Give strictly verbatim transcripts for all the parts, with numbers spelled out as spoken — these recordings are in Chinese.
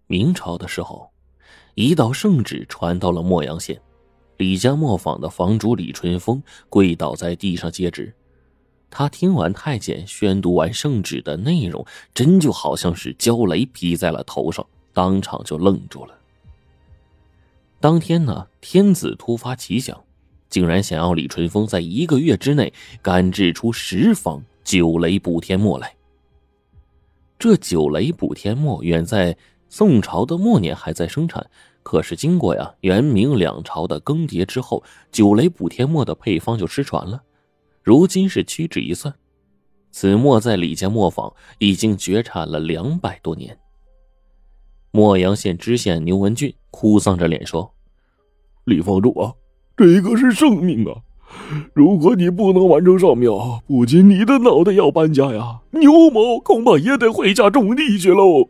明朝的时候，一道圣旨传到了莫阳县，李家磨坊的房主李淳风跪倒在地上接旨。他听完太监宣读完圣旨的内容，真就好像是焦雷劈在了头上，当场就愣住了。当天呢，天子突发奇想，竟然想要李淳风在一个月之内赶制出十方九雷补天墨来。这九雷补天墨远在宋朝的末年还在生产，可是经过呀元明两朝的更迭之后，九雷补天墨的配方就失传了。如今是屈指一算，此墨在李家磨坊已经绝产了两百多年。莫阳县知县牛文俊哭丧着脸说：“ 李房主啊，这个是生命啊！如果你不能完成上庙，不仅你的脑袋要搬家呀，牛某恐怕也得回家种地去喽。”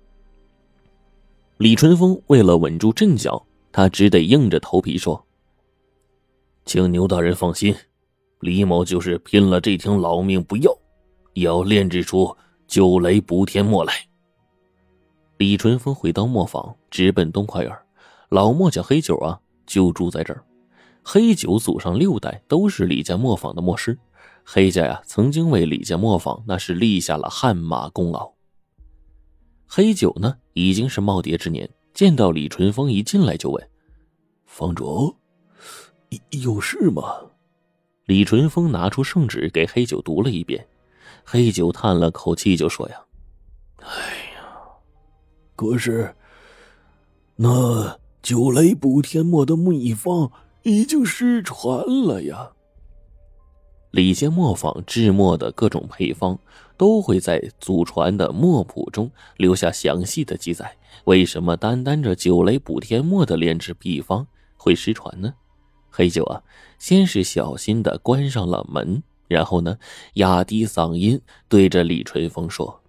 李淳风为了稳住阵脚，他只得硬着头皮说：“请牛大人放心，李某就是拼了这条老命不要，也要炼制出九雷补天墨来。”李淳风回到磨坊，直奔东跨院，老磨匠黑九啊就住在这儿。黑九祖上六代都是李家磨坊的磨师，黑家呀曾经为李家磨坊那是立下了汗马功劳。黑九呢已经是耄耋之年，见到李淳风一进来就问：“ 房主，有事吗？” 李淳风拿出圣旨给黑九读了一遍，黑九叹了口气就说呀：“ 哎呀，可是那九雷补天墨的秘方已经失传了呀。” 李家磨坊制墨的各种配方都会在祖传的墨谱中留下详细的记载，为什么单单这九雷补天墨的炼制秘方会失传呢？黑九啊先是小心地关上了门，然后呢压低嗓音对着李淳风说：“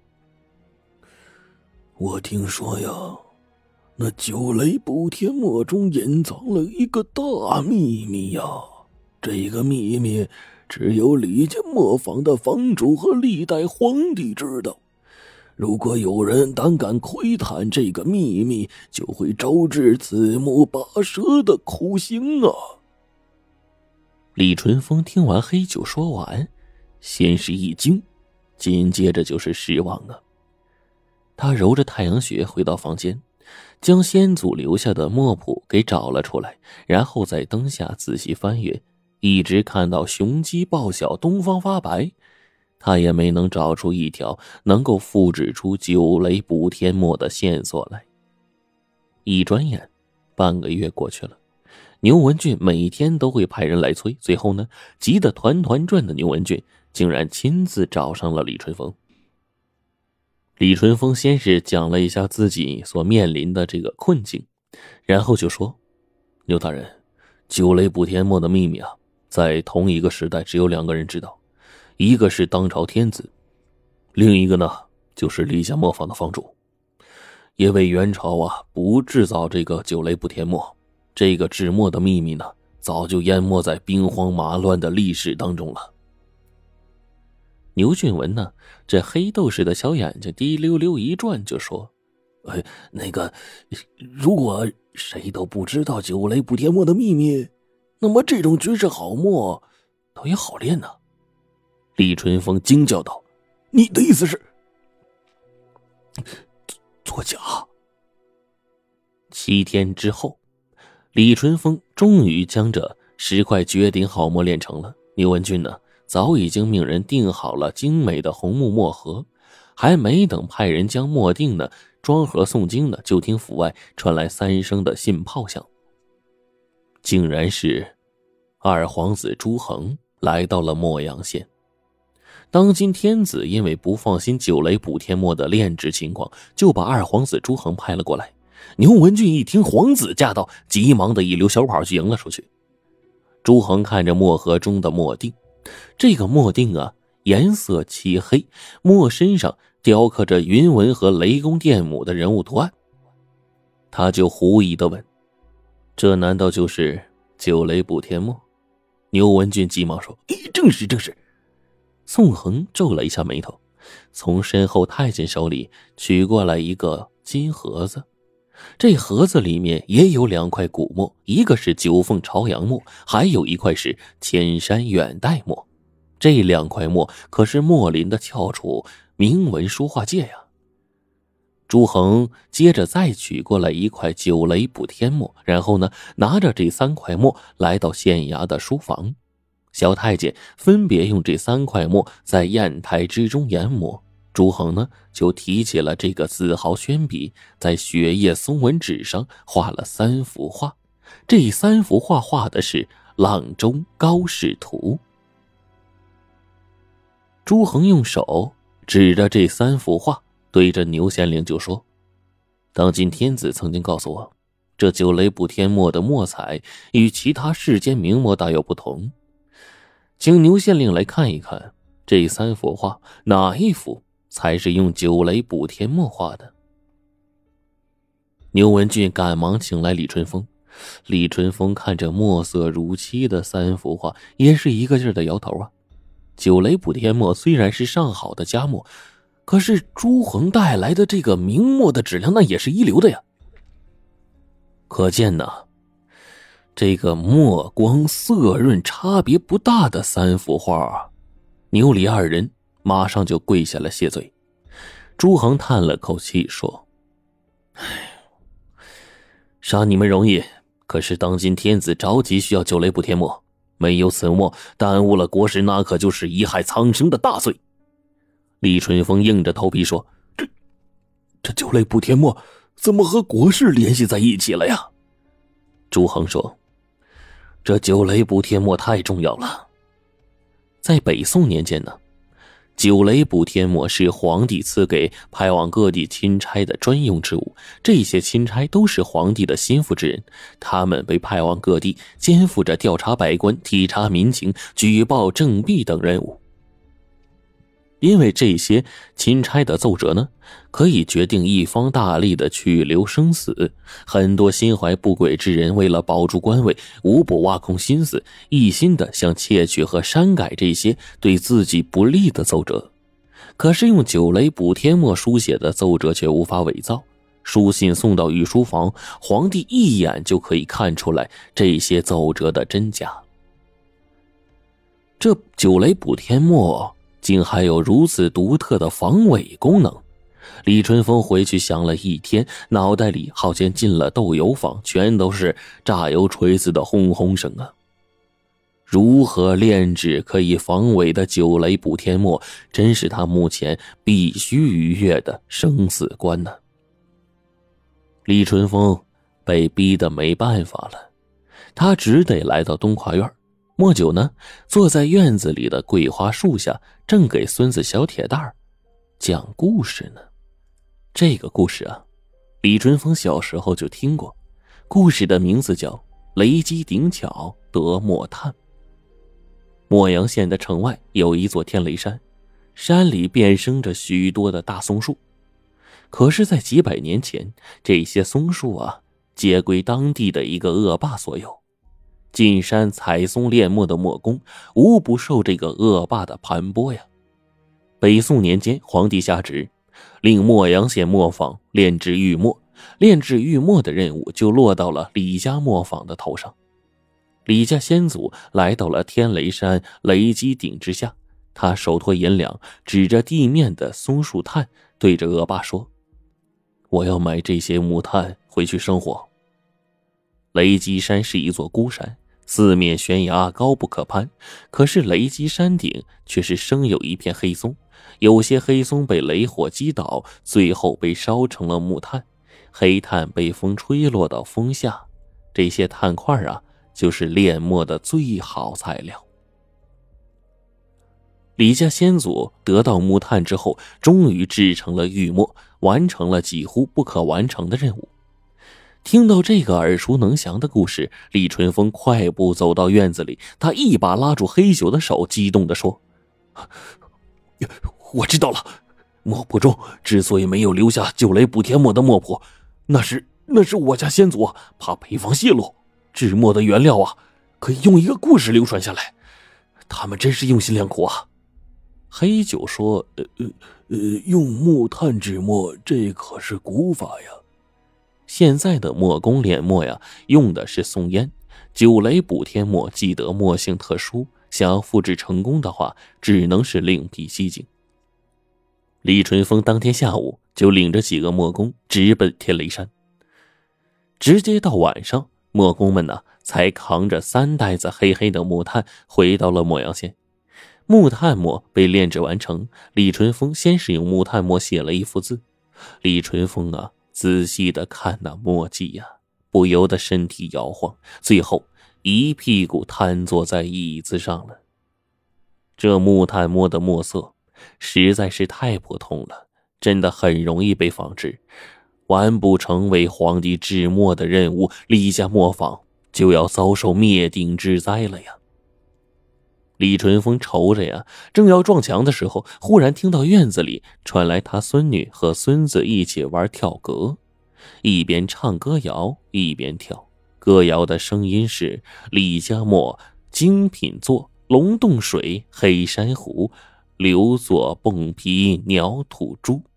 我听说呀，那九雷补天墨中隐藏了一个大秘密呀，这个秘密只有李家磨坊的坊主和历代皇帝知道。如果有人胆敢窥探这个秘密，就会招致刺目拔舌的苦刑啊！” 李淳风听完黑九说完，先是一惊，紧接着就是失望啊。他揉着太阳穴回到房间，将先祖留下的墨谱给找了出来，然后在灯下仔细翻阅，一直看到雄鸡报晓东方发白，他也没能找出一条能够复制出九雷补天墨的线索来。一转眼半个月过去了，牛文俊每天都会派人来催，最后呢急得团团转的牛文俊竟然亲自找上了李淳风。李淳风先是讲了一下自己所面临的这个困境，然后就说：“牛大人，九雷补天墨的秘密啊，在同一个时代只有两个人知道，一个是当朝天子，另一个呢就是李家磨坊的坊主。因为元朝啊不制造这个九雷补天墨，这个制墨的秘密呢早就淹没在兵荒马乱的历史当中了。”牛俊文呢这黑斗士的小眼睛滴溜溜一转就说：“ 哎，那个如果谁都不知道九雷补天墨的秘密，那么这种绝世好墨倒也好练呢。” 李淳风惊叫道：“ 你的意思是作假？” 七天之后，李淳风终于将这十块绝顶好墨炼成了。牛文俊呢早已经命人订好了精美的红木墨盒，还没等派人将墨定呢装盒送经呢，就听府外传来三声的信炮响，竟然是二皇子朱恒来到了莫阳县。当今天子因为不放心九雷补天墨的炼制情况，就把二皇子朱恒派了过来。牛文俊一听皇子驾到，急忙的一溜小跑去迎了出去。朱恒看着墨盒中的墨锭，这个墨锭啊颜色漆黑，墨身上雕刻着云纹和雷公电母的人物图案。他就狐疑地问：“这难道就是九雷补天墨？”牛文俊急忙说：“ 哎，正是正是。” 宋恒皱了一下眉头，从身后太监手里取过来一个金盒子。这盒子里面也有两块古墨，一个是九凤朝阳墨，还有一块是千山远黛墨。这两块墨可是墨林的翘楚，名闻书画界呀。朱恒接着再取过来一块九雷补天墨，然后呢，拿着这三块墨来到县衙的书房。小太监分别用这三块墨在砚台之中研磨，朱恒呢就提起了这个字毫宣笔，在雪叶松纹纸上画了三幅画。这三幅画画的是阆中高士图。朱恒用手指着这三幅画，对着牛县令就说：当今天子曾经告诉我，这九雷补天墨的墨彩与其他世间名墨大有不同，请牛县令来看一看，这三幅画哪一幅才是用九雷补天墨画的。牛文俊赶忙请来李春风。李春风看着墨色如漆的三幅画，也是一个劲儿的摇头啊。九雷补天墨虽然是上好的佳墨，可是朱恒带来的这个明墨的质量那也是一流的呀。可见呢，这个墨光色润差别不大的三幅画，牛李二人马上就跪下了谢罪。朱恒叹了口气说：唉，杀你们容易，可是当今天子着急需要九雷补天墨，没有此墨，耽误了国事，那可就是贻害苍生的大罪。李春风硬着头皮说：这这九雷补天墨怎么和国事联系在一起了呀？ 朱恒说：这九雷补天墨太重要了。在北宋年间呢，九雷补天墨是皇帝赐给派往各地钦差的专用之物，这些钦差都是皇帝的心腹之人，他们被派往各地，肩负着调查百官、体察民情、举报政弊等任务。因为这些钦差的奏折呢，可以决定一方大吏的去留生死，很多心怀不轨之人为了保住官位，无不挖空心思，一心的想窃取和删改这些对自己不利的奏折。可是用九雷补天墨书写的奏折却无法伪造，书信送到御书房，皇帝一眼就可以看出来这些奏折的真假。这九雷补天墨竟还有如此独特的防伪功能。李春风回去想了一天，脑袋里好像进了豆油坊，全都是榨油锤子的轰轰声啊！如何炼制可以防伪的九雷补天墨，真是他目前必须逾越的生死关呢。李春风被逼得没办法了，他只得来到东跨院。莫九呢，坐在院子里的桂花树下，正给孙子小铁蛋儿讲故事呢。这个故事啊，李春风小时候就听过，故事的名字叫《雷击顶巧得墨炭》。莫阳县的城外有一座天雷山，山里遍生着许多的大松树。可是在几百年前，这些松树啊，皆归当地的一个恶霸所有。进山采松炼墨的墨工无不受这个恶霸的盘剥呀。北宋年间，皇帝下旨令莫阳县磨坊炼制玉墨，炼制玉墨的任务就落到了李家磨坊的头上。李家先祖来到了天雷山雷击顶之下，他手托银两，指着地面的松树炭，对着恶霸说：我要买这些木炭回去生活。雷击山是一座孤山，四面悬崖，高不可攀，可是雷击山顶却是生有一片黑松，有些黑松被雷火击倒，最后被烧成了木炭，黑炭被风吹落到风下，这些炭块啊，就是炼墨的最好材料。李家先祖得到木炭之后，终于制成了玉墨，完成了几乎不可完成的任务。听到这个耳熟能详的故事，李春风快步走到院子里，他一把拉住黑九的手，激动地说：我知道了，墨谱中之所以没有留下九雷补天墨的墨谱，那是那是我家先祖啊，怕配方泄露，制墨的原料啊，可以用一个故事流传下来，他们真是用心良苦啊。黑九说：呃呃呃，用木炭制墨，这可是古法呀。 现在的墨工炼墨呀，用的是松烟。九雷补天墨既得墨性特殊，想要复制成功的话，只能是另辟蹊径。李淳风当天下午就领着几个墨工直奔天雷山。直接到晚上，墨工们呢才扛着三袋子黑黑的木炭回到了鄱阳县。木炭墨被炼制完成，李淳风先是用木炭墨写了一幅字。李淳风啊，仔细的看那墨迹呀、啊，不由得身体摇晃，最后一屁股瘫坐在椅子上了。这木炭墨的墨色实在是太普通了，真的很容易被仿制，完不成为皇帝制墨的任务，李家墨坊就要遭受灭顶之灾了呀。李淳风愁着呀，正要撞墙的时候，忽然听到院子里传来他孙女和孙子一起玩跳歌，一边唱歌谣一边跳。歌谣的声音是：李家墨精品作，龙洞水黑珊瑚，留作蹦皮鸟吐珠。